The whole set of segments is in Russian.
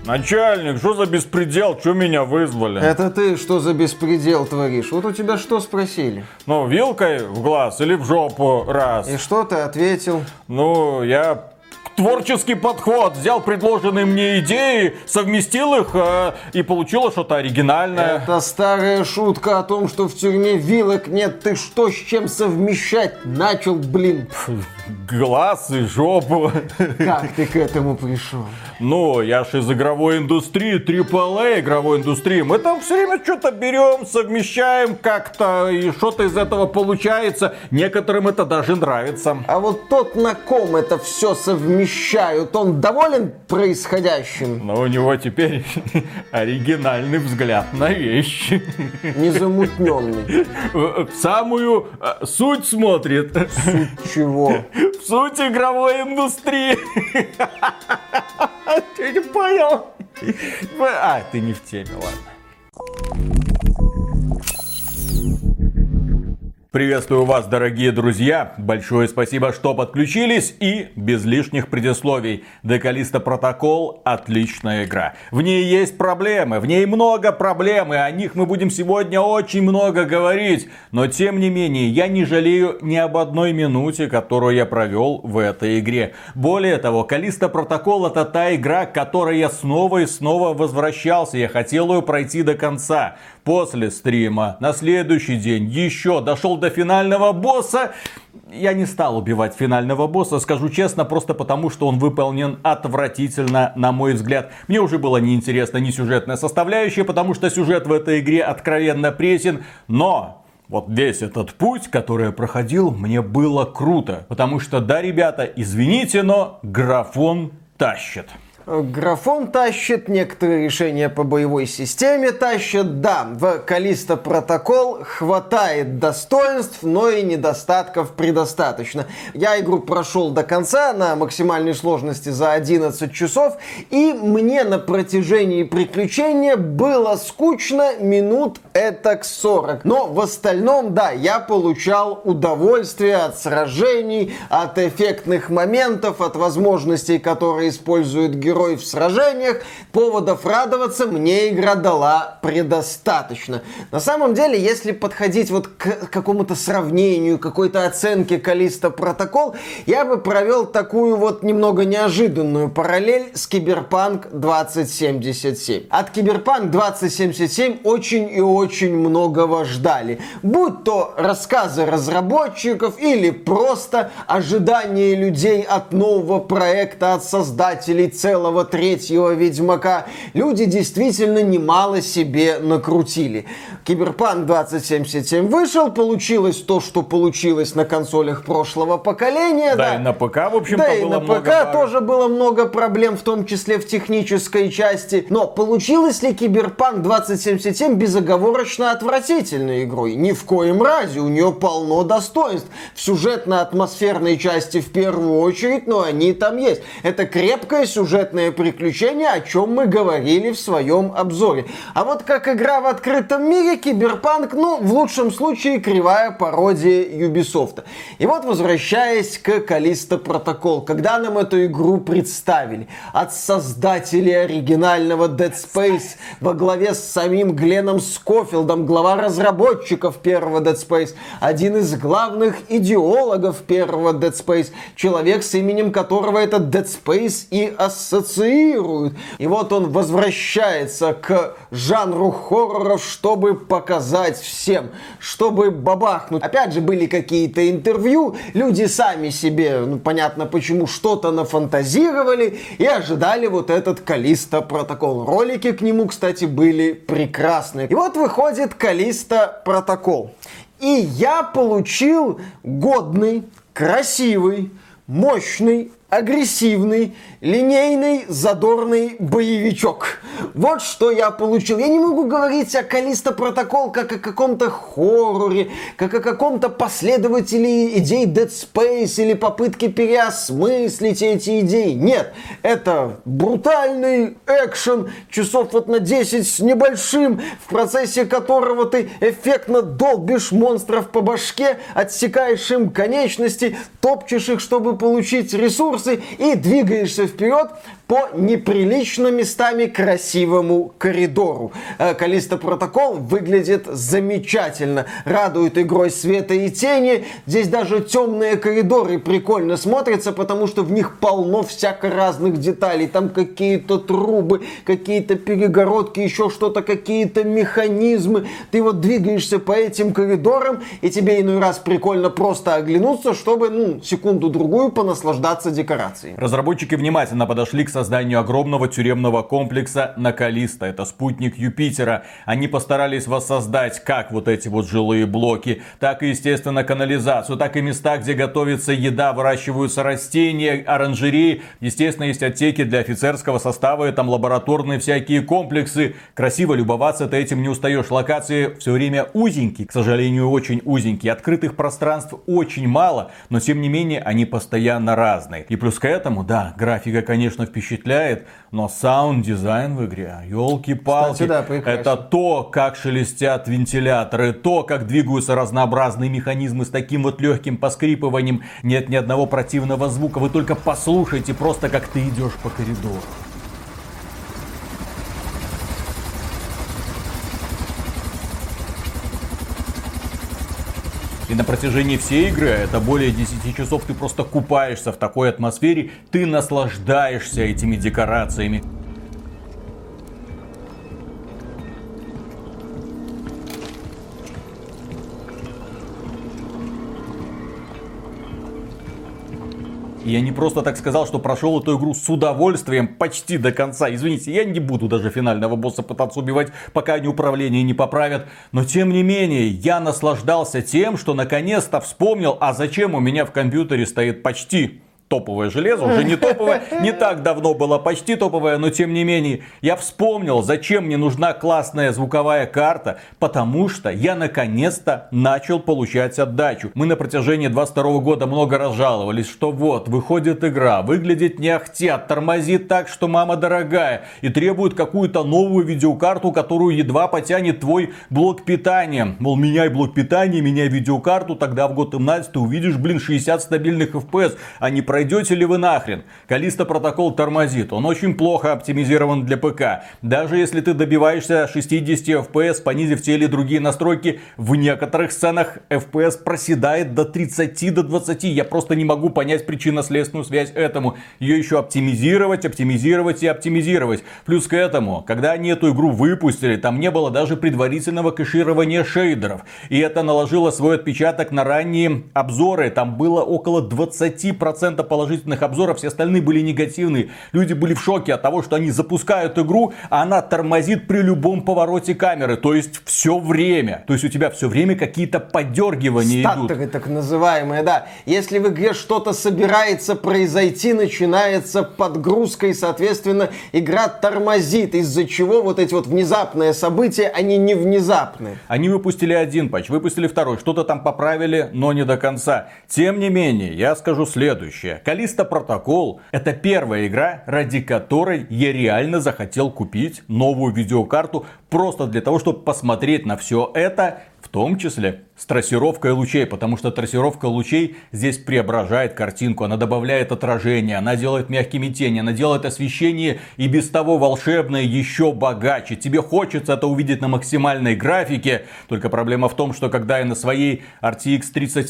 Начальник, что за беспредел? Чё меня вызвали? Это ты что за беспредел творишь? Вот у тебя что спросили? Ну, вилкой в глаз или в жопу раз. И что ты ответил? Ну, я творческий подход. Взял предложенные мне идеи, совместил их и получилось что-то оригинальное. Это старая шутка о том, что в тюрьме вилок нет. Ты что с чем совмещать начал, блин? Глаз и жопу. Как ты к этому пришел? Ну, я ж из игровой индустрии, AAA игровой индустрии. Мы там все время что-то берем, совмещаем как-то, и что-то из этого получается. Некоторым это даже нравится. А вот тот, на ком это все совмещают, он доволен происходящим? Но у него теперь оригинальный взгляд на вещи. Незамутненный. В самую суть смотрит. Суть чего? В суть игровой индустрии. Ты не понял? Ты не в теме, ладно. Приветствую вас, дорогие друзья. Большое спасибо, что подключились. И без лишних предисловий. The Callisto Protocol — отличная игра. В ней есть проблемы, в ней много проблем, и о них мы будем сегодня очень много говорить. Но тем не менее, я не жалею ни об одной минуте, которую я провел в этой игре. Более того, Callisto Protocol — это та игра, к которой я снова и снова возвращался. Я хотел ее пройти до конца. После стрима, на следующий день, еще дошел до финального босса. Я не стал убивать финального босса, скажу честно, просто потому, что он выполнен отвратительно, на мой взгляд. Мне уже было неинтересно ни сюжетная составляющая, потому что сюжет в этой игре откровенно пресен. Но вот весь этот путь, который я проходил, мне было круто. Потому что, да, ребята, извините, но графон тащит. Графон тащит, некоторые решения по боевой системе тащат. Да, в Callisto Protocol хватает достоинств, но и недостатков предостаточно. Я игру прошел до конца на максимальной сложности за 11 часов, и мне на протяжении приключения было скучно минут этак 40. Но в остальном, да, я получал удовольствие от сражений, от эффектных моментов, от возможностей, которые используют герои в сражениях. Поводов радоваться мне игра дала предостаточно. На самом деле, если подходить вот к какому-то сравнению, какой-то оценке Callisto Protocol, я бы провел такую вот немного неожиданную параллель с Cyberpunk 2077. От Cyberpunk 2077 очень и очень многого ждали. Будь то рассказы разработчиков или просто ожидание людей от нового проекта, от создателей целого третьего Ведьмака, люди действительно немало себе накрутили. Cyberpunk 2077 вышел, получилось то, что получилось на консолях прошлого поколения. Да, и на ПК, в общем-то, да, и было на много ПК тоже было много проблем, в том числе в технической части. Но получилось ли Cyberpunk 2077 безоговорочно отвратительной игрой? Ни в коем разе, у нее полно достоинств. В сюжетно-атмосферной части в первую очередь, но они там есть. Это крепкое сюжетное приключение, о чем мы говорили в своем обзоре. А вот как игра в открытом мире, Cyberpunk, ну, в лучшем случае, кривая пародия Ubisoft. И вот, возвращаясь к Callisto Protocol, когда нам эту игру представили, от создателей оригинального Dead Space во главе с самим Гленном Скофилдом, глава разработчиков первого Dead Space, один из главных идеологов первого Dead Space, человек, с именем которого этот Dead Space и ассоциируют. И вот он возвращается к жанру хорроров, чтобы показать всем, чтобы бабахнуть. Опять же, были какие-то интервью, люди сами себе, ну, понятно почему, что-то нафантазировали и ожидали вот этот Callisto Protocol. Ролики к нему, кстати, были прекрасные. И вот выходит Callisto Protocol. И я получил годный, красивый, мощный, агрессивный, линейный, задорный боевичок. Вот что я получил. Я не могу говорить о Callisto Protocol как о каком-то хорроре, как о каком-то последователе идей Dead Space или попытке переосмыслить эти идеи. Нет, это брутальный экшен, часов вот на 10 с небольшим, в процессе которого ты эффектно долбишь монстров по башке, отсекаешь им конечности, топчешь их, чтобы получить ресурсы, ресурсы и двигаешься вперед по неприлично местами красивому коридору. Callisto Protocol выглядит замечательно, радует игрой света и тени. Здесь даже темные коридоры прикольно смотрятся, потому что в них полно всяко разных деталей. Там какие-то трубы, какие-то перегородки, еще что-то, какие-то механизмы. Ты вот двигаешься по этим коридорам, и тебе иной раз прикольно просто оглянуться, чтобы, секунду-другую понаслаждаться декорацией. Разработчики внимательно подошли к созданию огромного тюремного комплекса на Callisto. Это спутник Юпитера. Они постарались воссоздать как вот эти вот жилые блоки, так и, естественно, канализацию, так и места, где готовится еда, выращиваются растения, оранжереи. Естественно, есть отсеки для офицерского состава, и там лабораторные всякие комплексы. Красиво любоваться, ты этим не устаешь. Локации все время узенькие, к сожалению, очень узенькие. Открытых пространств очень мало, но тем не менее они постоянно разные. И плюс к этому, да, графика, конечно, впечатляет, но саунд-дизайн в игре, елки-палки, да, это то, как шелестят вентиляторы, то, как двигаются разнообразные механизмы с таким вот легким поскрипыванием. Нет ни одного противного звука, вы только послушайте просто, как ты идешь по коридору. И на протяжении всей игры, это более 10 часов, ты просто купаешься в такой атмосфере, ты наслаждаешься этими декорациями. И я не просто так сказал, что прошел эту игру с удовольствием почти до конца. Извините, я не буду даже финального босса пытаться убивать, пока они управление не поправят. Но тем не менее, я наслаждался тем, что наконец-то вспомнил, а зачем у меня в компьютере стоит почти топовое железо, уже не топовое, не так давно было почти топовое, но тем не менее, я вспомнил, зачем мне нужна классная звуковая карта, потому что я наконец-то начал получать отдачу. Мы на протяжении 22 года много раз жаловались, что вот, выходит игра, выглядит не ахтят, тормозит так, что мама дорогая, и требует какую-то новую видеокарту, которую едва потянет твой блок питания. Мол, меняй блок питания, меняй видеокарту, тогда в Gotham Knights ты увидишь, 60 стабильных FPS, а не пройдете ли вы нахрен? Callisto Protocol тормозит, он очень плохо оптимизирован для ПК. Даже если ты добиваешься 60 FPS, понизив те или другие настройки, в некоторых сценах FPS проседает до 30, до 20. Я просто не могу понять причинно-следственную связь этому. Ее еще оптимизировать, оптимизировать и оптимизировать. Плюс к этому, когда они эту игру выпустили, там не было даже предварительного кэширования шейдеров. И это наложило свой отпечаток на ранние обзоры. Там было около 20% положительных обзоров, все остальные были негативные. Люди были в шоке от того, что они запускают игру, а она тормозит при любом повороте камеры. То есть все время. То есть у тебя все время какие-то подергивания идут. Статтеры так называемые, да. Если в игре что-то собирается произойти, начинается подгрузка, и, соответственно, игра тормозит, из-за чего вот эти вот внезапные события, они не внезапны. Они выпустили один патч, выпустили второй, что-то там поправили, но не до конца. Тем не менее, я скажу следующее. Callisto Protocol — это первая игра, ради которой я реально захотел купить новую видеокарту, просто для того, чтобы посмотреть на все это, в том числе с трассировкой лучей, потому что трассировка лучей здесь преображает картинку, она добавляет отражение, она делает мягкими тени, она делает освещение и без того волшебное еще богаче. Тебе хочется это увидеть на максимальной графике, только проблема в том, что когда я на своей RTX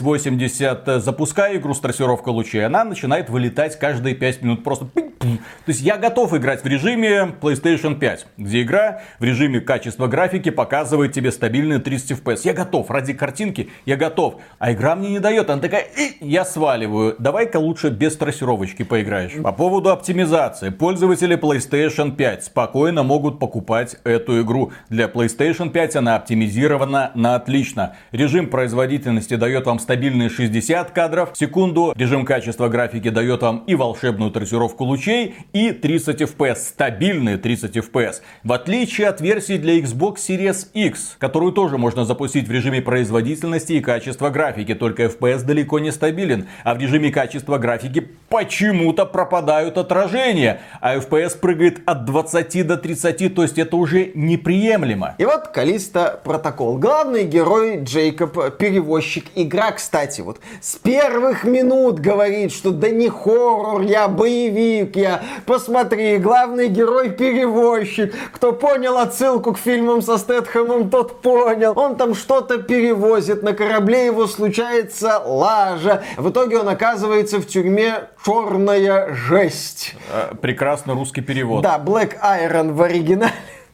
3080 запускаю игру с трассировкой лучей, она начинает вылетать каждые 5 минут, просто то есть я готов играть в режиме PlayStation 5, где игра в режиме качества графики показывает тебе стабильные 30 FPS. Я готов, ради картинки я готов. А игра мне не дает, она такая, я сваливаю. Давай-ка лучше без трассировочки поиграешь. По поводу оптимизации. Пользователи PlayStation 5 спокойно могут покупать эту игру. Для PlayStation 5 она оптимизирована на отлично. Режим производительности дает вам стабильные 60 кадров в секунду. Режим качества графики дает вам и волшебную трассировку лучей, мечей и 30 FPS, стабильные 30 FPS. В отличие от версии для Xbox Series X, которую тоже можно запустить в режиме производительности и качества графики, только FPS далеко не стабилен, а в режиме качества графики почему-то пропадают отражения, а FPS прыгает от 20 до 30, то есть это уже неприемлемо. И вот Callisto Protocol. Главный герой Джейкоб, перевозчик. Игра, кстати, вот с первых минут говорит, что да не хоррор, я боевик, я... Посмотри, главный герой перевозчик. Кто понял отсылку к фильмам со Стэтхэмом, тот понял. Он там что-то перевозит, на корабле его случается лажа. В итоге он оказывается в тюрьме «Черная жесть». Прекрасный русский перевод. Да, Black Iron в оригинале.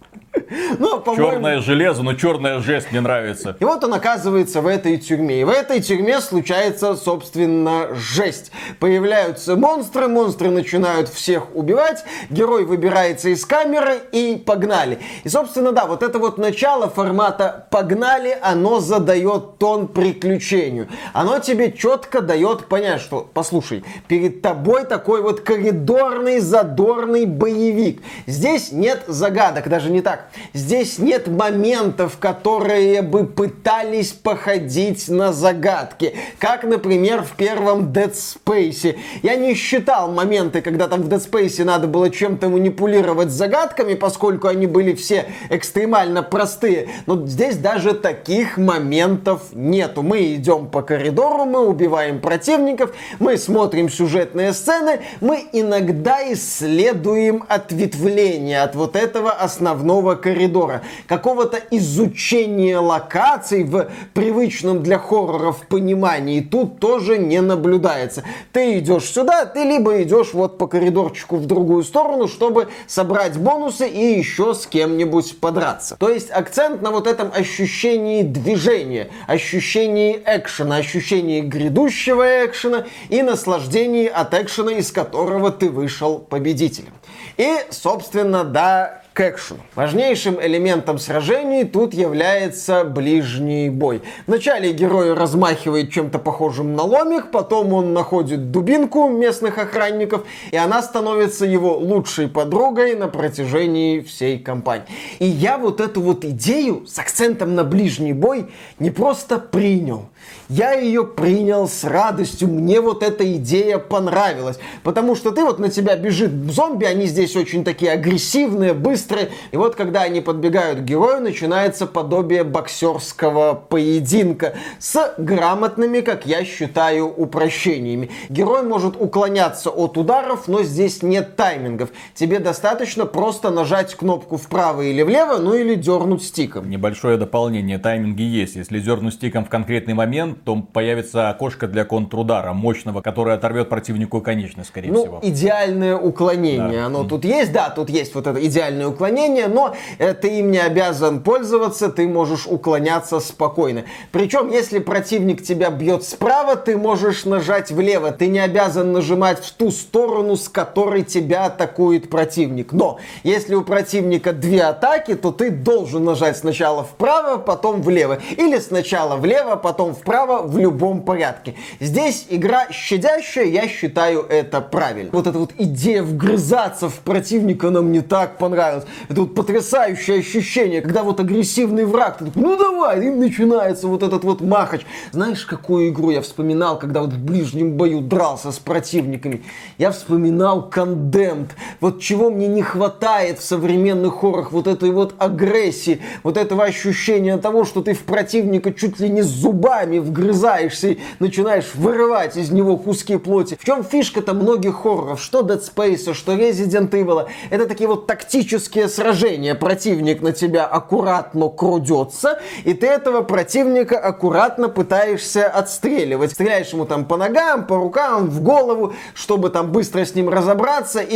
Ну, черное железо, но черная жесть мне нравится. И вот он оказывается в этой тюрьме. И в этой тюрьме случается, собственно, жесть. Появляются монстры, монстры начинают всех убивать, герой выбирается из камеры и погнали. И, собственно, да, вот это вот начало формата «погнали», оно задает тон приключению. Оно тебе четко дает понять, что, послушай, перед тобой такой вот коридорный, задорный боевик. Здесь нет загадок, даже не так. Здесь нет моментов, которые бы пытались походить на загадки. Как, например, в первом Dead Space. Я не считал моменты, когда там в Dead Space надо было чем-то манипулировать загадками, поскольку они были все экстремально простые. Но здесь даже таких моментов нету. Мы идем по коридору, мы убиваем противников, мы смотрим сюжетные сцены, мы иногда исследуем ответвления от вот этого основного коридора. Какого-то изучения локаций в привычном для хорроров понимании тут тоже не наблюдается. Ты идешь сюда, ты либо идешь вот по коридорчику в другую сторону, чтобы собрать бонусы и еще с кем-нибудь подраться. То есть акцент на вот этом ощущении движения, ощущении экшена, ощущении грядущего экшена и наслаждении от экшена, из которого ты вышел победителем. И, собственно, да, к экшену. Важнейшим элементом сражений тут является ближний бой. Вначале герой размахивает чем-то похожим на ломик, потом он находит дубинку местных охранников, и она становится его лучшей подругой на протяжении всей кампании. И я вот эту вот идею с акцентом на ближний бой не просто принял. Я ее принял с радостью, мне вот эта идея понравилась. Потому что ты вот на тебя бежит зомби, они здесь очень такие агрессивные, быстрые. И вот когда они подбегают к герою, начинается подобие боксерского поединка с грамотными, как я считаю, упрощениями. Герой может уклоняться от ударов, но здесь нет таймингов. Тебе достаточно просто нажать кнопку вправо или влево, ну или дернуть стиком. Небольшое дополнение, тайминги есть. Если дернуть стиком в конкретный момент, то появится окошко для контрудара мощного, которое оторвет противнику конечность, скорее всего. Идеальное уклонение. Да. Оно тут есть, да, тут есть вот это идеальное уклонение, но ты им не обязан пользоваться, ты можешь уклоняться спокойно. Причем, если противник тебя бьет справа, ты можешь нажать влево. Ты не обязан нажимать в ту сторону, с которой тебя атакует противник. Но, если у противника две атаки, то ты должен нажать сначала вправо, потом влево. Или сначала влево, потом вправо, в любом порядке. Здесь игра щадящая, я считаю это правильно. Вот эта вот идея вгрызаться в противника, она мне так понравилась. Это вот потрясающее ощущение, когда вот агрессивный враг, ты такой, ну давай, и начинается вот этот вот махач. Знаешь, какую игру я вспоминал, когда вот в ближнем бою дрался с противниками? Я вспоминал Condemned. Вот чего мне не хватает в современных хоррорах, вот этой вот агрессии, вот этого ощущения того, что ты в противника чуть ли не с зубами вгрызаешься и начинаешь вырывать из него куски плоти. В чем фишка-то многих хорроров? Что Dead Space, что Resident Evil. Это такие вот тактические сражения. Противник на тебя аккуратно крадется, и ты этого противника аккуратно пытаешься отстреливать. Стреляешь ему там по ногам, по рукам, в голову, чтобы там быстро с ним разобраться или вывести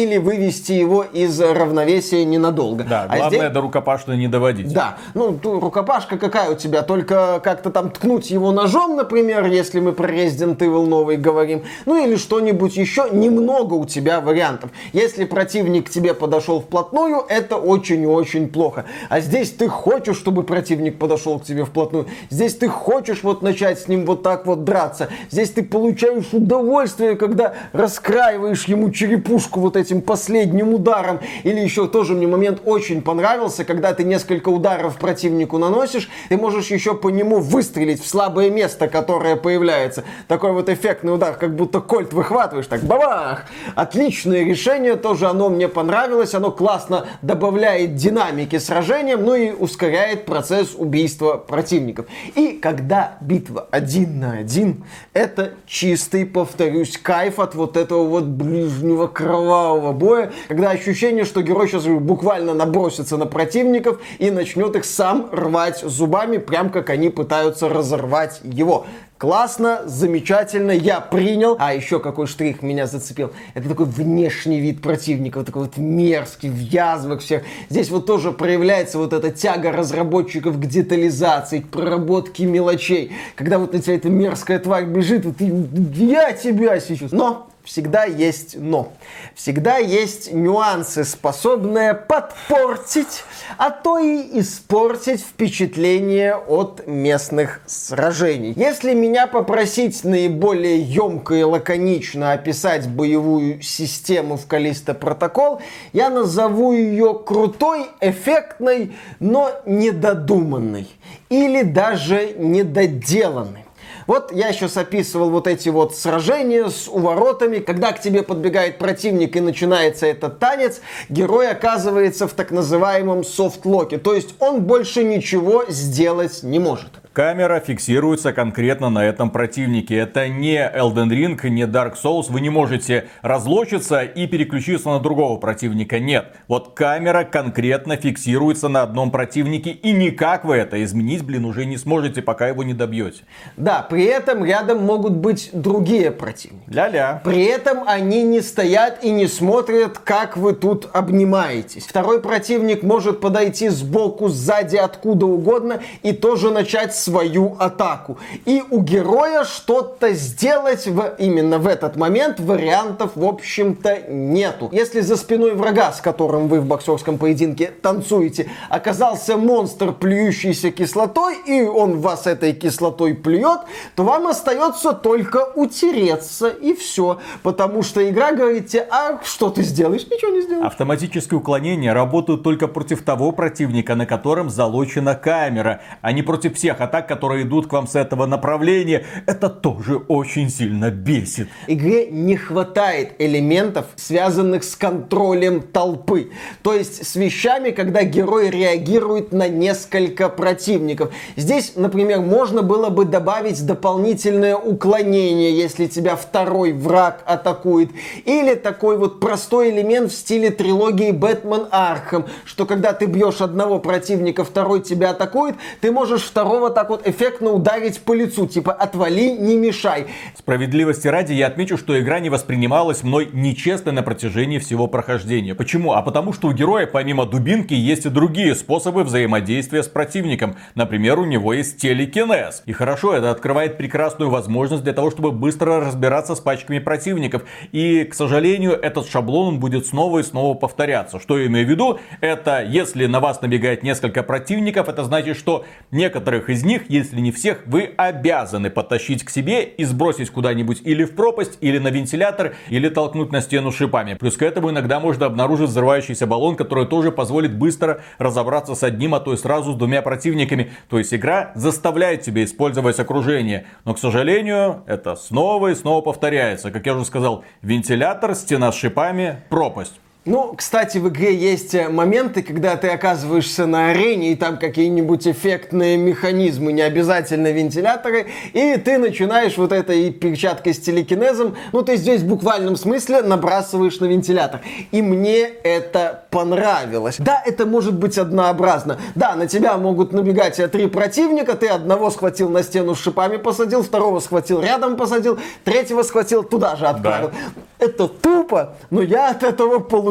вывести его из равновесия ненадолго. Да, главное до рукопашной не доводить. Да, рукопашка какая у тебя? Только как-то там ткнуть его ножом, например, если мы про Resident Evil новый говорим. Или что-нибудь еще. Немного у тебя вариантов. Если противник к тебе подошел вплотную, это очень и очень плохо. А здесь ты хочешь, чтобы противник подошел к тебе вплотную. Здесь ты хочешь начать с ним вот так вот драться. Здесь ты получаешь удовольствие, когда раскраиваешь ему черепушку вот этим последним ударом. Или еще тоже мне момент очень понравился, когда ты несколько ударов противнику наносишь, ты можешь еще по нему выстрелить в слабое место, которое появляется. Такой вот эффектный удар, как будто кольт выхватываешь, так бабах! Отличное решение, тоже оно мне понравилось, оно классно добавляет динамики сражениям, и ускоряет процесс убийства противников. И когда битва 1 на 1, это чистый, повторюсь, кайф от вот этого вот ближнего кровавого боя, когда ощущение, что герой сейчас буквально набросится на противников и начнет их сам рвать зубами, прям как они пытаются разорвать его. Классно, замечательно, я принял. А еще какой штрих меня зацепил. Это такой внешний вид противника, вот такой вот мерзкий, в язвах всех. Здесь вот тоже проявляется вот эта тяга разработчиков к детализации, к проработке мелочей. Когда вот на тебя эта мерзкая тварь бежит, и ты, я тебя сейчас. Но всегда есть но. Всегда есть нюансы, способные подпортить, а то и испортить впечатление от местных сражений. Если меня попросить наиболее емко и лаконично описать боевую систему в Callisto Protocol, я назову ее крутой, эффектной, но недодуманной. Или даже недоделанной. Вот я сейчас описывал вот эти вот сражения с уворотами. Когда к тебе подбегает противник и начинается этот танец, герой оказывается в так называемом софт-локе. То есть он больше ничего сделать не может. Камера фиксируется конкретно на этом противнике. Это не Elden Ring, не Dark Souls. Вы не можете разлочиться и переключиться на другого противника. Нет. Вот камера конкретно фиксируется на одном противнике. И никак вы это изменить, уже не сможете, пока его не добьете. Да, при этом рядом могут быть другие противники. Ля-ля. При этом они не стоят и не смотрят, как вы тут обнимаетесь. Второй противник может подойти сбоку, сзади, откуда угодно и тоже начать свою атаку. И у героя что-то сделать именно в этот момент вариантов, в общем-то, нету. Если за спиной врага, с которым вы в боксерском поединке танцуете, оказался монстр, плюющийся кислотой, и он вас этой кислотой плюет, то вам остается только утереться, и все. Потому что игра говорит тебе, а что ты сделаешь? Ничего не сделаешь. Автоматические уклонения работают только против того противника, на котором залочена камера, а не против всех атак, которые идут к вам с этого направления. Это тоже очень сильно бесит. Игре не хватает элементов, связанных с контролем толпы. То есть с вещами, когда герой реагирует на несколько противников. Здесь, например, можно было бы добавить дополнительное уклонение, если тебя второй враг атакует. Или такой вот простой элемент в стиле трилогии Бэтмен Архам, что когда ты бьешь одного противника, второй тебя атакует, ты можешь второго так вот эффектно ударить по лицу, типа отвали, не мешай. Справедливости ради я отмечу, что игра не воспринималась мной нечестно на протяжении всего прохождения. Почему? А потому что у героя помимо дубинки есть и другие способы взаимодействия с противником. Например, у него есть телекинез. И хорошо, это открывает прекрасную возможность для того, чтобы быстро разбираться с пачками противников. И, к сожалению, этот шаблон он будет снова и снова повторяться. Что я имею в виду? Это если на вас набегает несколько противников, это значит, что некоторых из них, если не всех, вы обязаны подтащить к себе и сбросить куда-нибудь или в пропасть, или на вентилятор, или толкнуть на стену шипами. Плюс к этому иногда можно обнаружить взрывающийся баллон, который тоже позволит быстро разобраться с одним, а то и сразу с двумя противниками. То есть игра заставляет тебя использовать окружение. Но, к сожалению, это снова и снова повторяется. Как я уже сказал, вентилятор, стена с шипами, пропасть. Ну, кстати, в игре есть моменты, когда ты оказываешься на арене, и там какие-нибудь эффектные механизмы, не обязательно вентиляторы, и ты начинаешь вот этой перчаткой с телекинезом, ну, ты здесь в буквальном смысле набрасываешь на вентилятор. И мне это понравилось. Да, это может быть однообразно. Да, на тебя могут набегать 3 противника, ты одного схватил на стену с шипами, посадил, второго схватил рядом, посадил, третьего схватил, туда же отправил. Да. Это тупо, но я от этого получаю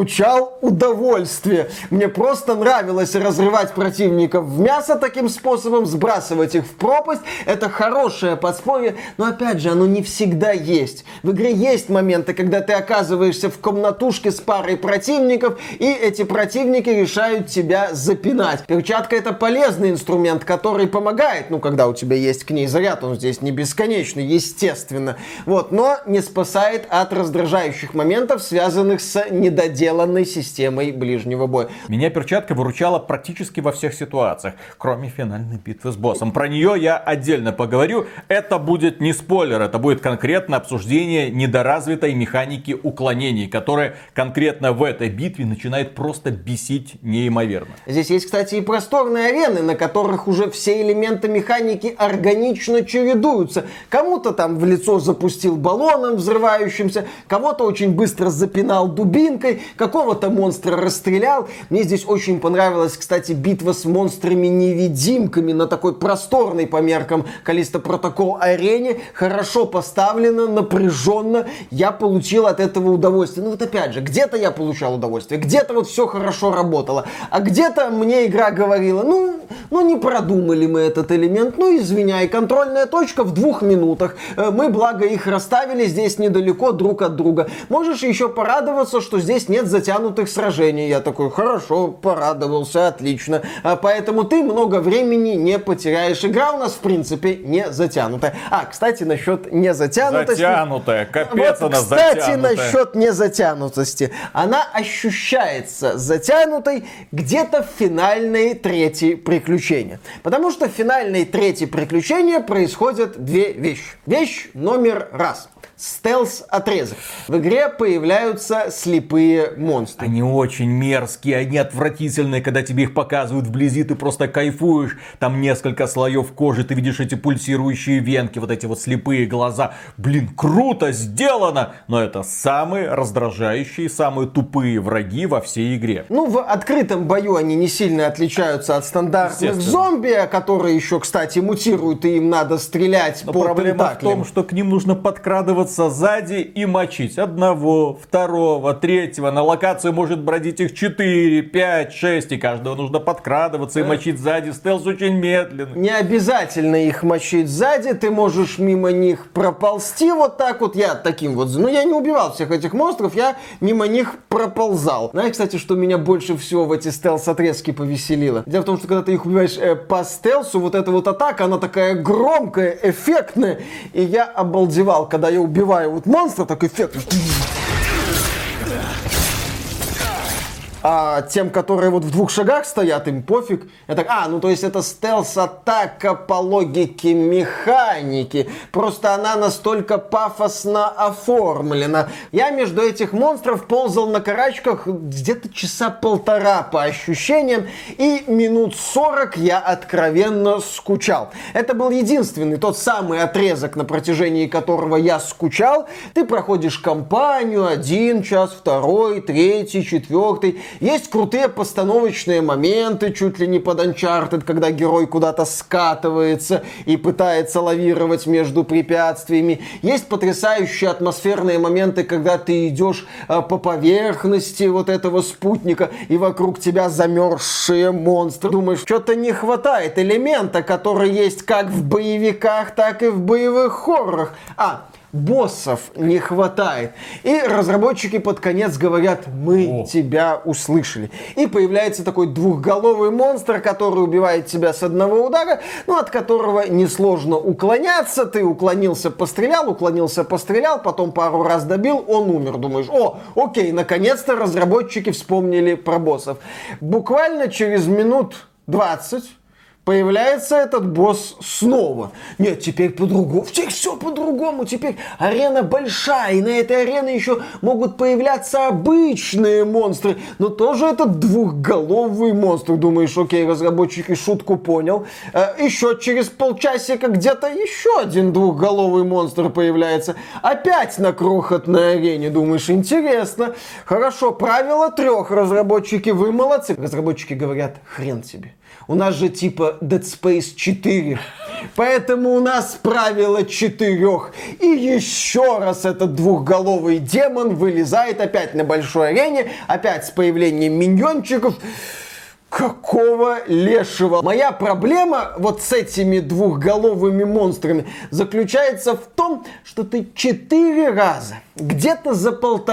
получал удовольствие. Мне просто нравилось разрывать противников в мясо таким способом, сбрасывать их в пропасть. Это хорошее подспорье, но опять же, оно не всегда есть. В игре есть моменты, когда ты оказываешься в комнатушке с парой противников, и эти противники решают тебя запинать. Перчатка — это полезный инструмент, который помогает, когда у тебя есть к ней заряд, он здесь не бесконечный, естественно. Но не спасает от раздражающих моментов, связанных с недоделанной системой ближнего боя. Меня перчатка выручала практически во всех ситуациях, кроме финальной битвы с боссом. Про нее я отдельно поговорю. Это будет не спойлер, это будет конкретно обсуждение недоразвитой механики уклонений, которая конкретно в этой битве начинает просто бесить неимоверно. Здесь есть, кстати, и просторные арены, на которых уже все элементы механики органично чередуются. Кому-то там в лицо запустил баллоном взрывающимся, кого-то очень быстро запинал дубинкой, какого-то монстра расстрелял. Мне здесь очень понравилась, кстати, битва с монстрами-невидимками на такой просторной по меркам Callisto Protocol арене. Хорошо поставлено, напряженно. Я получил от этого удовольствие. Опять же, где-то я получал удовольствие, где-то все хорошо работало, а где-то мне игра говорила, не продумали мы этот элемент, извиняй, контрольная точка в 2 минутах. Мы, благо, их расставили здесь недалеко друг от друга. Можешь еще порадоваться, что здесь нет затянутых сражений. Я такой, хорошо, порадовался, отлично. Поэтому ты много времени не потеряешь. Игра у нас, в принципе, не затянутая. Кстати, насчет незатянутости. Затянутая, капец она затянутая. Кстати, насчет незатянутости. Она ощущается затянутой где-то в финальной трети приключения. Потому что в финальной трети приключения происходят 2 вещи. Вещь номер 1. Стелс-отрезок. В игре появляются слепые монстры. Они очень мерзкие, они отвратительные, когда тебе их показывают вблизи, ты просто кайфуешь. Там несколько слоев кожи, ты видишь эти пульсирующие венки, эти слепые глаза. Круто сделано! Но это самые раздражающие, самые тупые враги во всей игре. В открытом бою они не сильно отличаются от стандартных зомби, которые еще, кстати, мутируют, и им надо стрелять по проблема тентаклям. в том, что к ним нужно подкрадываться сзади и мочить одного, второго, третьего. На локации может бродить их 4, 5, 6, и каждого нужно подкрадываться и мочить сзади. Стелс очень медленный. Не обязательно их мочить сзади, ты можешь мимо них проползти так. Я таким я не убивал всех этих монстров, я мимо них проползал. Знаешь, кстати, что меня больше всего в эти стелс-отрезки повеселило? Дело в том, что когда ты их убиваешь по стелсу, эта атака, она такая громкая, эффектная, и я обалдевал, когда я убиваю монстра, так эффект. А тем, которые в 2 шагах стоят, им пофиг. Я так, то есть это стелс-атака по логике механики. Просто она настолько пафосно оформлена. Я между этих монстров ползал на карачках где-то 1.5 часа по ощущениям. И минут 40 я откровенно скучал. Это был единственный, тот самый отрезок, на протяжении которого я скучал. Ты проходишь кампанию 1 час, 2, 3, 4. Есть крутые постановочные моменты, чуть ли не под Uncharted, когда герой куда-то скатывается и пытается лавировать между препятствиями. Есть потрясающие атмосферные моменты, когда ты идешь по поверхности этого спутника, и вокруг тебя замерзшие монстры. Думаешь, что-то не хватает элемента, который есть как в боевиках, так и в боевых хоррорах. Боссов не хватает. И разработчики под конец говорят, мы тебя услышали. И появляется такой 2-головый монстр, который убивает тебя с одного удара, от которого несложно уклоняться. Ты уклонился, пострелял, потом пару раз добил, он умер. Думаешь, окей, наконец-то разработчики вспомнили про боссов. Буквально через минут 20 появляется этот босс снова. Нет, теперь по-другому. Теперь все по-другому. Теперь арена большая. И на этой арене еще могут появляться обычные монстры. Но тоже этот 2-головый монстр. Думаешь, окей, разработчики шутку понял. Еще через полчасика где-то еще один 2-головый монстр появляется. Опять на крохотной арене. Думаешь, интересно. Хорошо, правило 3. Разработчики, вы молодцы. Разработчики говорят, хрен тебе. У нас же правила Dead Space 4. Поэтому у нас правило 4. И еще раз этот двухголовый демон вылезает опять на большой арене, опять с появлением миньончиков. Какого лешего? Моя проблема вот с этими двухголовыми монстрами заключается в том, что ты 4 раза, где-то за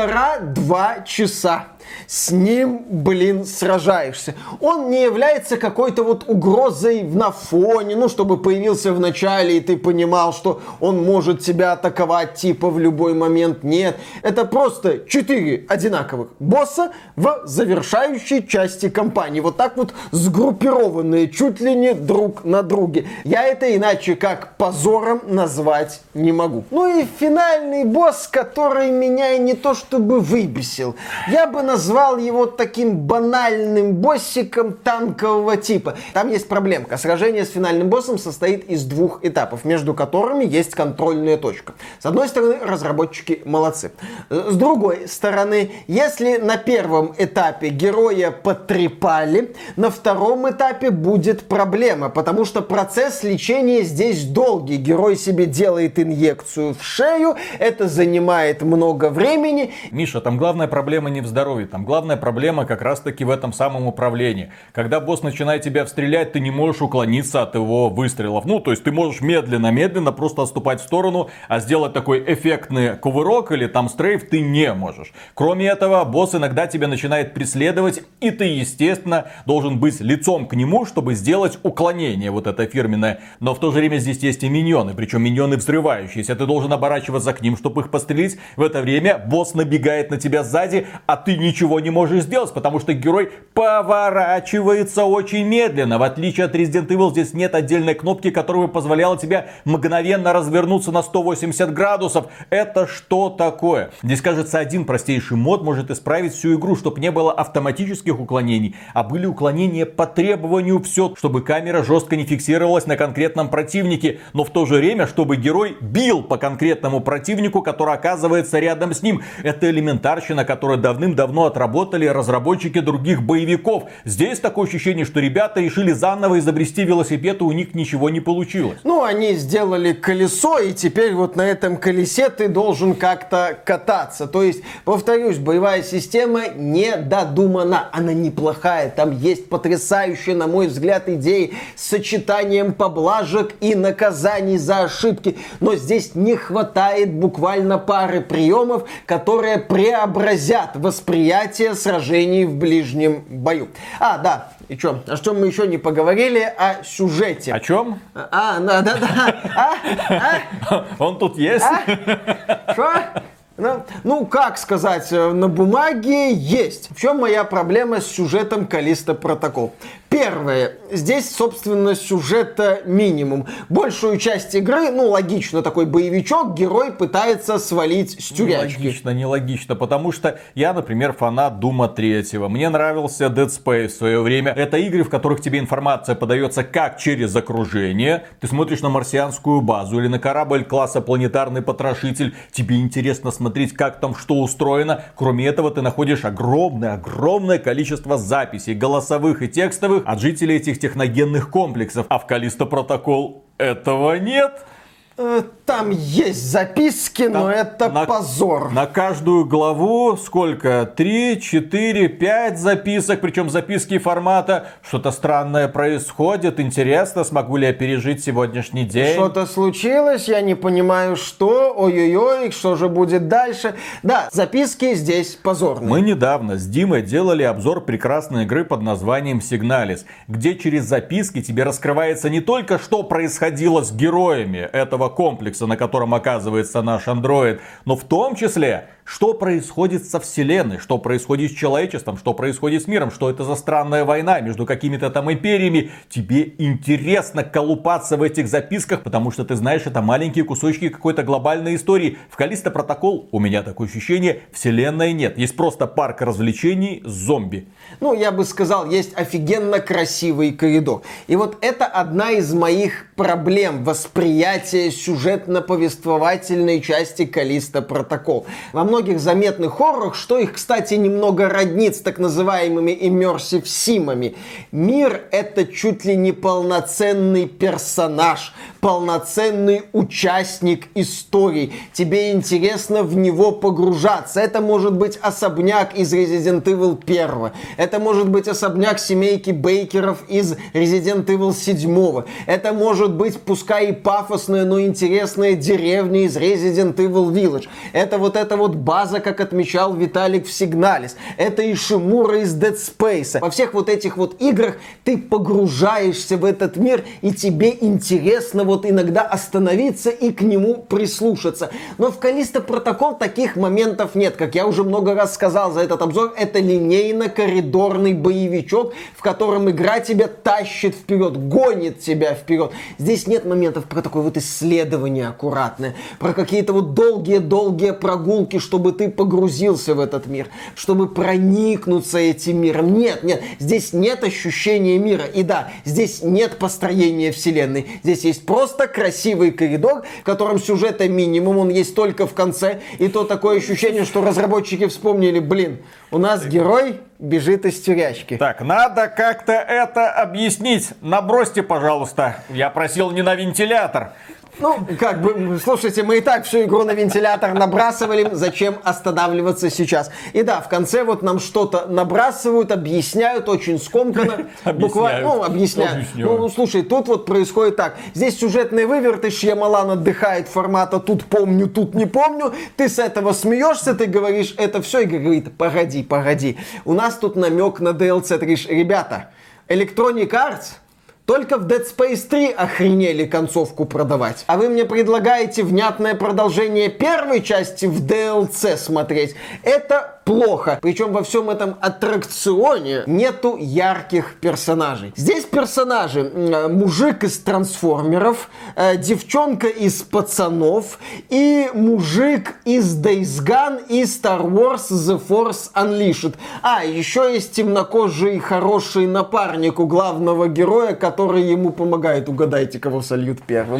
1,5-2 часа с ним, сражаешься. Он не является какой-то вот угрозой на фоне, чтобы появился в начале, и ты понимал, что он может тебя атаковать типа в любой момент. Нет, это просто 4 одинаковых босса в завершающей части кампании. Вот так вот сгруппированные чуть ли не друг на друге. Я это иначе как позором назвать не могу. Ну и финальный босс, который меня и не то чтобы выбесил. Я бы назвал его таким банальным боссиком танкового типа. Там есть проблемка. Сражение с финальным боссом состоит из 2 этапов, между которыми есть контрольная точка. С одной стороны, разработчики молодцы. С другой стороны, если на первом этапе героя потрепали, на втором этапе будет проблема, потому что процесс лечения здесь долгий. Герой себе делает инъекцию в шею, это занимает много времени. Миша, там главная проблема не в здоровье, там главная проблема как раз таки в этом самом управлении. Когда босс начинает тебя стрелять, ты не можешь уклониться от его выстрелов. То есть ты можешь медленно просто отступать в сторону, а сделать такой эффектный кувырок или там стрейф ты не можешь. Кроме этого, босс иногда тебя начинает преследовать, и ты, естественно, должен быть лицом к нему, чтобы сделать уклонение, вот это фирменное. Но в то же время здесь есть и миньоны, причем миньоны взрывающиеся. Ты должен оборачиваться к ним, чтобы их пострелить. В это время босс набегает на тебя сзади, а ты ничего не можешь сделать, потому что герой поворачивается очень медленно. В отличие от Resident Evil, здесь нет отдельной кнопки, которая бы позволяла тебе мгновенно развернуться на 180 градусов. Это что такое? Здесь, кажется, один простейший мод может исправить всю игру, чтобы не было автоматических уклонений, а были уклонения по требованию, все, чтобы камера жестко не фиксировалась на конкретном противнике, но в то же время, чтобы герой бил по конкретному противнику, который оказывается рядом с ним. Это элементарщина, которую давным-давно отработали разработчики других боевиков. Здесь такое ощущение, что ребята решили заново изобрести велосипед, и у них ничего не получилось. Они сделали колесо, и теперь вот на этом колесе ты должен как-то кататься. То есть, повторюсь, боевая система не додумана. Она неплохая. Там есть потрясающие, на мой взгляд, идеи с сочетанием поблажек и наказаний за ошибки. Но здесь не хватает буквально пары приемов, которые преобразят восприятие сражений в ближнем бою. Да, и что? О чем мы еще не поговорили? О сюжете. О чем? Да. Он тут есть? Что? Как сказать, на бумаге есть. В чем моя проблема с сюжетом Callisto Protocol? Первое. Здесь, собственно, сюжета минимум. Большую часть игры, логично, такой боевичок, герой пытается свалить с тюрячки. Нелогично, потому что я, например, фанат Doom 3. Мне нравился Dead Space в свое время. Это игры, в которых тебе информация подается как через окружение. Ты смотришь на марсианскую базу или на корабль класса Планетарный Потрошитель. Тебе интересно смотреть, как там что устроено. Кроме этого, ты находишь огромное количество записей, голосовых и текстовых, от жителей этих техногенных комплексов. А в Callisto Protocol этого нет. Там есть записки, но это позор. На каждую главу сколько? 3, 4, 5 записок. Причем записки формата что-то странное происходит. Интересно, смогу ли я пережить сегодняшний день? Что-то случилось, я не понимаю, что. Ой-ой-ой, что же будет дальше? Да, записки здесь позорные. Мы недавно с Димой делали обзор прекрасной игры под названием Signalis, где через записки тебе раскрывается не только, что происходило с героями этого комплекса, на котором оказывается наш андроид, но в том числе, что происходит со вселенной, что происходит с человечеством, что происходит с миром, что это за странная война между какими-то там империями. Тебе интересно колупаться в этих записках, потому что ты знаешь, это маленькие кусочки какой-то глобальной истории. В Callisto Protocol, у меня такое ощущение, вселенной нет. Есть просто парк развлечений с зомби. Я бы сказал, есть офигенно красивый коридор. И вот это одна из моих проблем восприятия сюжетно-повествовательной части Callisto Protocol. Во многих заметных хоррорах, что их, кстати, немного роднит с так называемыми immersive симами. Мир — это чуть ли не полноценный персонаж, полноценный участник истории. Тебе интересно в него погружаться. Это может быть особняк из Resident Evil 1. Это может быть особняк семейки Бейкеров из Resident Evil 7. Это может быть, пускай и пафосная, но интересная деревня из Resident Evil Village. Это вот база, как отмечал Виталик в Сигналис. Это Ишимура из Dead Space. Во всех вот этих вот играх ты погружаешься в этот мир, и тебе интересно вот иногда остановиться и к нему прислушаться. Но в Callisto Protocol таких моментов нет. Как я уже много раз сказал за этот обзор, это линейно-коридорный боевичок, в котором игра тебя тащит вперед, гонит тебя вперед. Здесь нет моментов про такое вот исследование аккуратное, про какие-то вот долгие-долгие прогулки, чтобы ты погрузился в этот мир, чтобы проникнуться этим миром. Нет, здесь нет ощущения мира. И да, здесь нет построения вселенной. Здесь есть просто красивый коридор, в котором сюжета минимум, он есть только в конце. И то такое ощущение, что разработчики вспомнили, у нас герой бежит из тюрячки. Так, надо как-то это объяснить. Набросьте, пожалуйста. Я просил не на вентилятор. Слушайте, мы и так всю игру на вентилятор набрасывали, зачем останавливаться сейчас? И да, в конце вот нам что-то набрасывают, объясняют очень скомканно. Буквально, объясняют. Слушай, тут вот происходит так. Здесь сюжетный выверт, и Шьямалан отдыхает формата «тут помню, тут не помню». Ты с этого смеешься, ты говоришь «это все», и говорит «погоди». У нас тут намек на DLC. Ты говоришь: ребята, Electronic Arts только в Dead Space 3 охренели концовку продавать. А вы мне предлагаете внятное продолжение первой части в DLC смотреть. Это плохо. Причем во всем этом аттракционе нету ярких персонажей. Здесь персонажи: мужик из Трансформеров, девчонка из Пацанов и мужик из Days Gone и Star Wars The Force Unleashed. Еще есть темнокожий хороший напарник у главного героя, который ему помогает. Угадайте, кого сольют первым.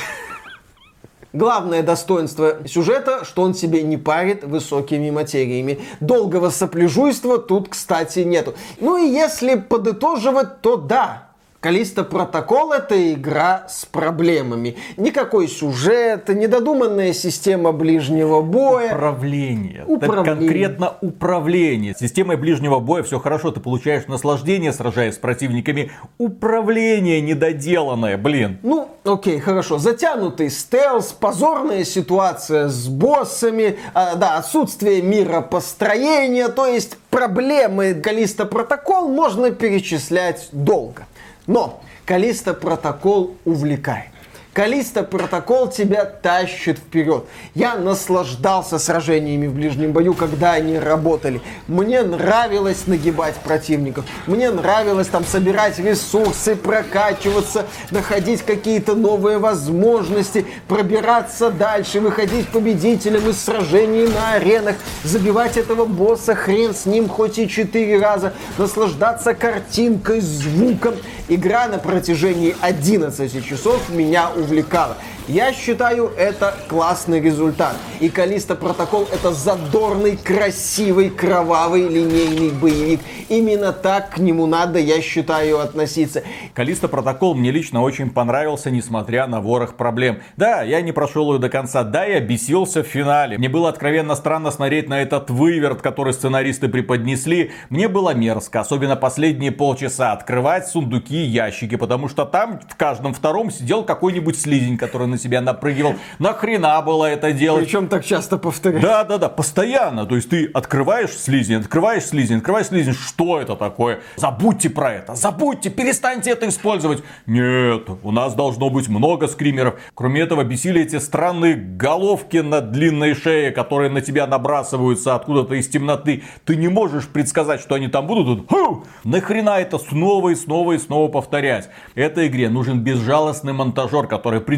Главное достоинство сюжета, что он себе не парит высокими материями. Долгого сопляжуйства тут, кстати, нету. И если подытоживать, то да, Callisto Protocol — это игра с проблемами. Никакой сюжет, недодуманная система ближнего боя. Управление. Это конкретно управление. С системой ближнего боя все хорошо, ты получаешь наслаждение, сражаясь с противниками. Управление недоделанное, Окей, хорошо. Затянутый стелс, позорная ситуация с боссами, отсутствие миропостроения, то есть проблемы Callisto Protocol можно перечислять долго. Но Callisto Protocol увлекает. Callisto Protocol тебя тащит вперед. Я наслаждался сражениями в ближнем бою, когда они работали. Мне нравилось нагибать противников. Мне нравилось собирать ресурсы, прокачиваться, находить какие-то новые возможности, пробираться дальше, выходить победителем из сражений на аренах, забивать этого босса, хрен с ним, хоть и 4 раза, наслаждаться картинкой, звуком. Игра на протяжении 11 часов меня увлекала. Я считаю, это классный результат. И Callisto Protocol — это задорный, красивый, кровавый линейный боевик. Именно так к нему надо, я считаю, относиться. Callisto Protocol мне лично очень понравился, несмотря на ворох проблем. Да, я не прошел ее до конца, да, я бесился в финале. Мне было откровенно странно смотреть на этот выверт, который сценаристы преподнесли. Мне было мерзко, особенно последние полчаса, открывать сундуки и ящики, потому что там в каждом втором сидел какой-нибудь слизень, который на себя напрыгивал. Нахрена было это делать? Причем так часто повторяешь. Да, постоянно. То есть ты открываешь слизень. Что это такое? Забудьте про это. Забудьте, перестаньте это использовать. Нет, у нас должно быть много скримеров. Кроме этого, бесили эти странные головки на длинной шее, которые на тебя набрасываются откуда-то из темноты. Ты не можешь предсказать, что они там будут. Нахрена это снова и снова повторять? Этой игре нужен безжалостный монтажер, который придет и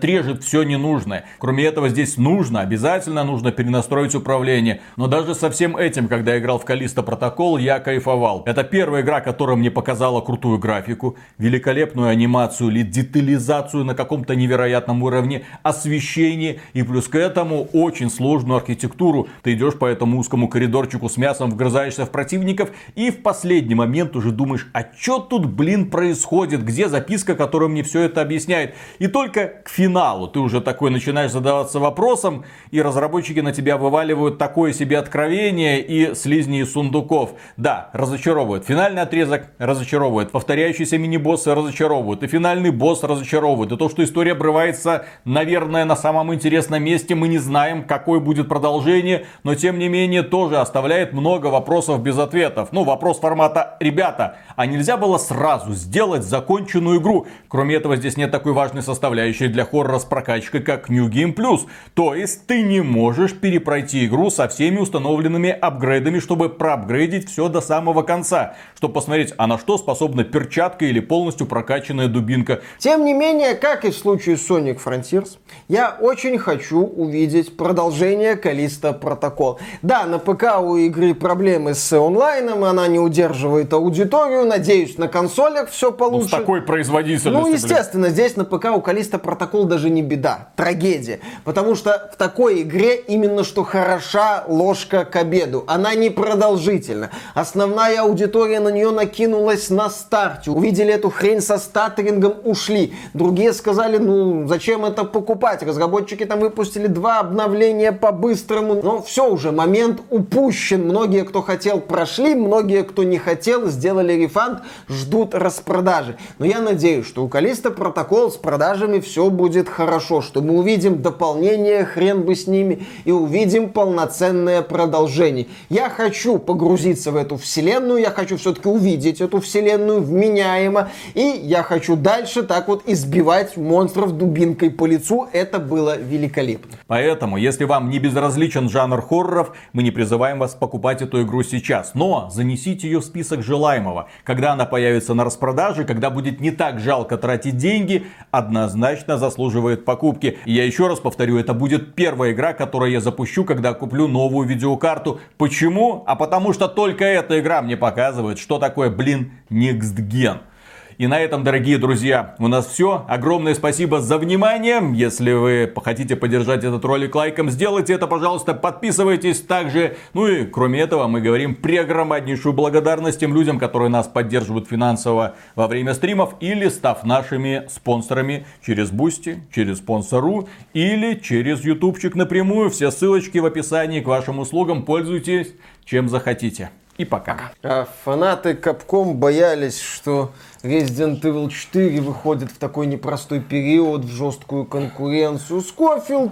отрежет все ненужное. Кроме этого, здесь обязательно нужно перенастроить управление. Но даже со всем этим, когда я играл в Callisto Protocol, я кайфовал. Это первая игра, которая мне показала крутую графику, великолепную анимацию или детализацию на каком-то невероятном уровне, освещение и плюс к этому очень сложную архитектуру. Ты идешь по этому узкому коридорчику с мясом, вгрызаешься в противников и в последний момент уже думаешь, а что тут, происходит? Где записка, которая мне все это объясняет? И только к финалу ты уже такой начинаешь задаваться вопросом, и разработчики на тебя вываливают такое себе откровение и слизни из сундуков. Да, разочаровывает. Финальный отрезок разочаровывает. Повторяющиеся мини-боссы разочаровывают. И финальный босс разочаровывает. И то, что история обрывается, наверное, на самом интересном месте. Мы не знаем, какое будет продолжение. Но, тем не менее, тоже оставляет много вопросов без ответов. Вопрос формата: ребята, а нельзя было сразу сделать законченную игру? Кроме этого, здесь нет такой важной составляющей для хоррора с прокачкой, как New Game Plus. То есть, ты не можешь перепройти игру со всеми установленными апгрейдами, чтобы проапгрейдить все до самого конца. Чтобы посмотреть, а на что способна перчатка или полностью прокачанная дубинка. Тем не менее, как и в случае с Sonic Frontiers, я очень хочу увидеть продолжение Callisto Protocol. Да, на ПК у игры проблемы с онлайном, она не удерживает аудиторию. Надеюсь, на консолях все получше. С такой производительностью. Естественно, здесь на ПК у Callisto Protocol даже не беда, трагедия. Потому что в такой игре именно что хороша ложка к обеду. Она не продолжительна. Основная аудитория на нее накинулась на старте. Увидели эту хрень со статтерингом, ушли. Другие сказали, зачем это покупать? Разработчики там выпустили 2 обновления по-быстрому. Но все уже, момент упущен. Многие, кто хотел, прошли. Многие, кто не хотел, сделали рефанд, ждут распродажи. Но я надеюсь, что у Callisto Protocol с продажами все будет хорошо. Что мы увидим дополнение, хрен бы с ними, и увидим полноценное продолжение. Я хочу погрузиться в эту вселенную, я хочу все-таки увидеть эту вселенную вменяемо, и я хочу дальше так вот избивать монстров дубинкой по лицу. Это было великолепно. Поэтому, если вам не безразличен жанр хорроров, мы не призываем вас покупать эту игру сейчас. Но занесите ее в список желаемого. Когда она появится на распродаже, когда будет не так жалко тратить деньги, однозначно заслуживает покупки. И я еще раз повторю, это будет первая игра, которую я запущу, когда куплю новую видеокарту. Почему? А потому что только эта игра мне показывает, что такое, Next Gen. И на этом, дорогие друзья, у нас все. Огромное спасибо за внимание. Если вы хотите поддержать этот ролик лайком, сделайте это, пожалуйста. Подписывайтесь также. И кроме этого, мы говорим преогромаднейшую благодарность тем людям, которые нас поддерживают финансово во время стримов или став нашими спонсорами через Boosty, через Sponsor.ru или через ютубчик напрямую. Все ссылочки в описании к вашим услугам. Пользуйтесь чем захотите. И пока. Фанаты Capcom боялись, что Resident Evil 4 выходит в такой непростой период, в жесткую конкуренцию. Скофилд,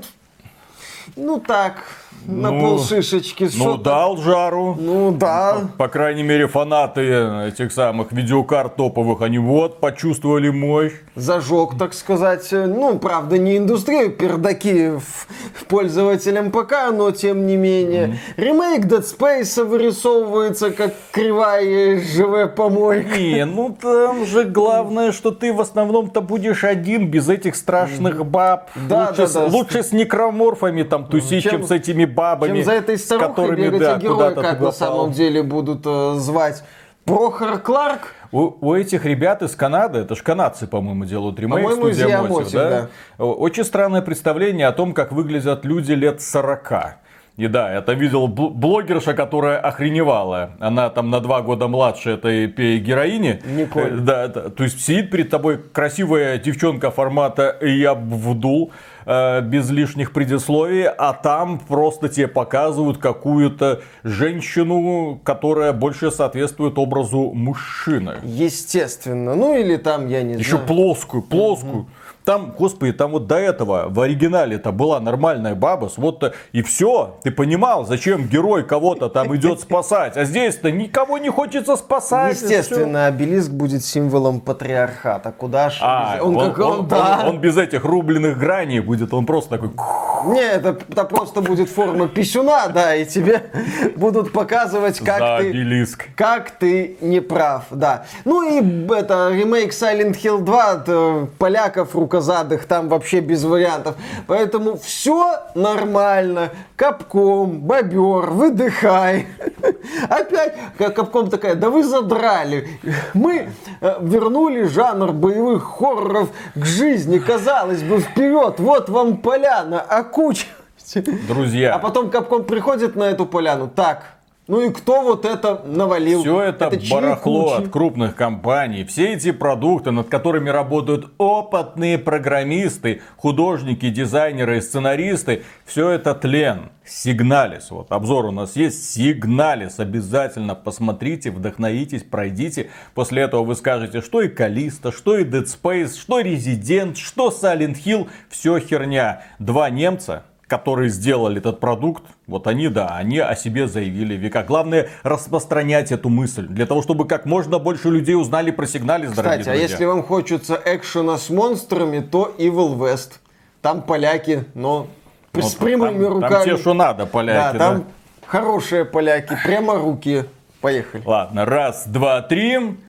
на полшишечки. Дал жару. Да. По крайней мере, фанаты этих самых видеокарт топовых, они почувствовали мощь. Зажег, так сказать. Правда, не индустрию пердаки пользователям ПК, но тем не менее. Ремейк Dead Space вырисовывается как кривая живая помойка. Там же главное, что ты в основном-то будешь один, без этих страшных баб. Лучше с некроморфами тусить, чем с этими бабами. Чем за этой старухой бегать, и герои как на самом деле будут звать. Прохор Кларк. У этих ребят из Канады, это же канадцы, по-моему, делают ремейк, студия Мотив, да? Очень странное представление о том, как выглядят люди лет 40. И да, я там видел блогерша, которая охреневала. Она там на 2 года младше этой героини. Николь. Да, то есть сидит перед тобой красивая девчонка формата «Я вдул», без лишних предисловий, а там просто тебе показывают какую-то женщину, которая больше соответствует образу мужчины. Естественно. Или там, я не знаю. Еще плоскую. Там, господи, там вот до этого в оригинале-то была нормальная баба, и все. Ты понимал, зачем герой кого-то там идет спасать. А здесь-то никого не хочется спасать. Естественно, обелиск будет символом патриархата. Куда же? Он без этих рубленых граней будет, он просто такой... Нет, это просто будет форма писюна, да, и тебе будут показывать, как ты не прав, да. И ремейк Silent Hill 2 поляков, руководителей рукозадых, там вообще без вариантов. Поэтому все нормально. Капком, бобер, выдыхай. Опять Капком такая, да вы задрали. Мы вернули жанр боевых хорроров к жизни. Казалось бы, вперед, вот вам поляна, окучивайте. Друзья. А потом Капком приходит на эту поляну. Так, ну и кто вот это навалил? Все это барахло кучи? от крупных компаний. Все эти продукты, над которыми работают опытные программисты, художники, дизайнеры и сценаристы, все это тлен. Сигналис. Вот обзор у нас есть. Сигналис. Обязательно посмотрите, вдохновитесь, пройдите. После этого вы скажете, что и Callisto, что и Dead Space, что Resident, что Silent Hill. Все херня. Два немца, которые сделали этот продукт, вот они, да, они о себе заявили века. Главное распространять эту мысль, для того, чтобы как можно больше людей узнали про Сигналис, дорогие Кстати, друзья. а если вам хочется экшена с монстрами, то Evil West. Там поляки, но с прямыми руками. Там те, что надо, поляки, да? Там хорошие поляки, прямо руки. Поехали. Ладно, раз, два, три.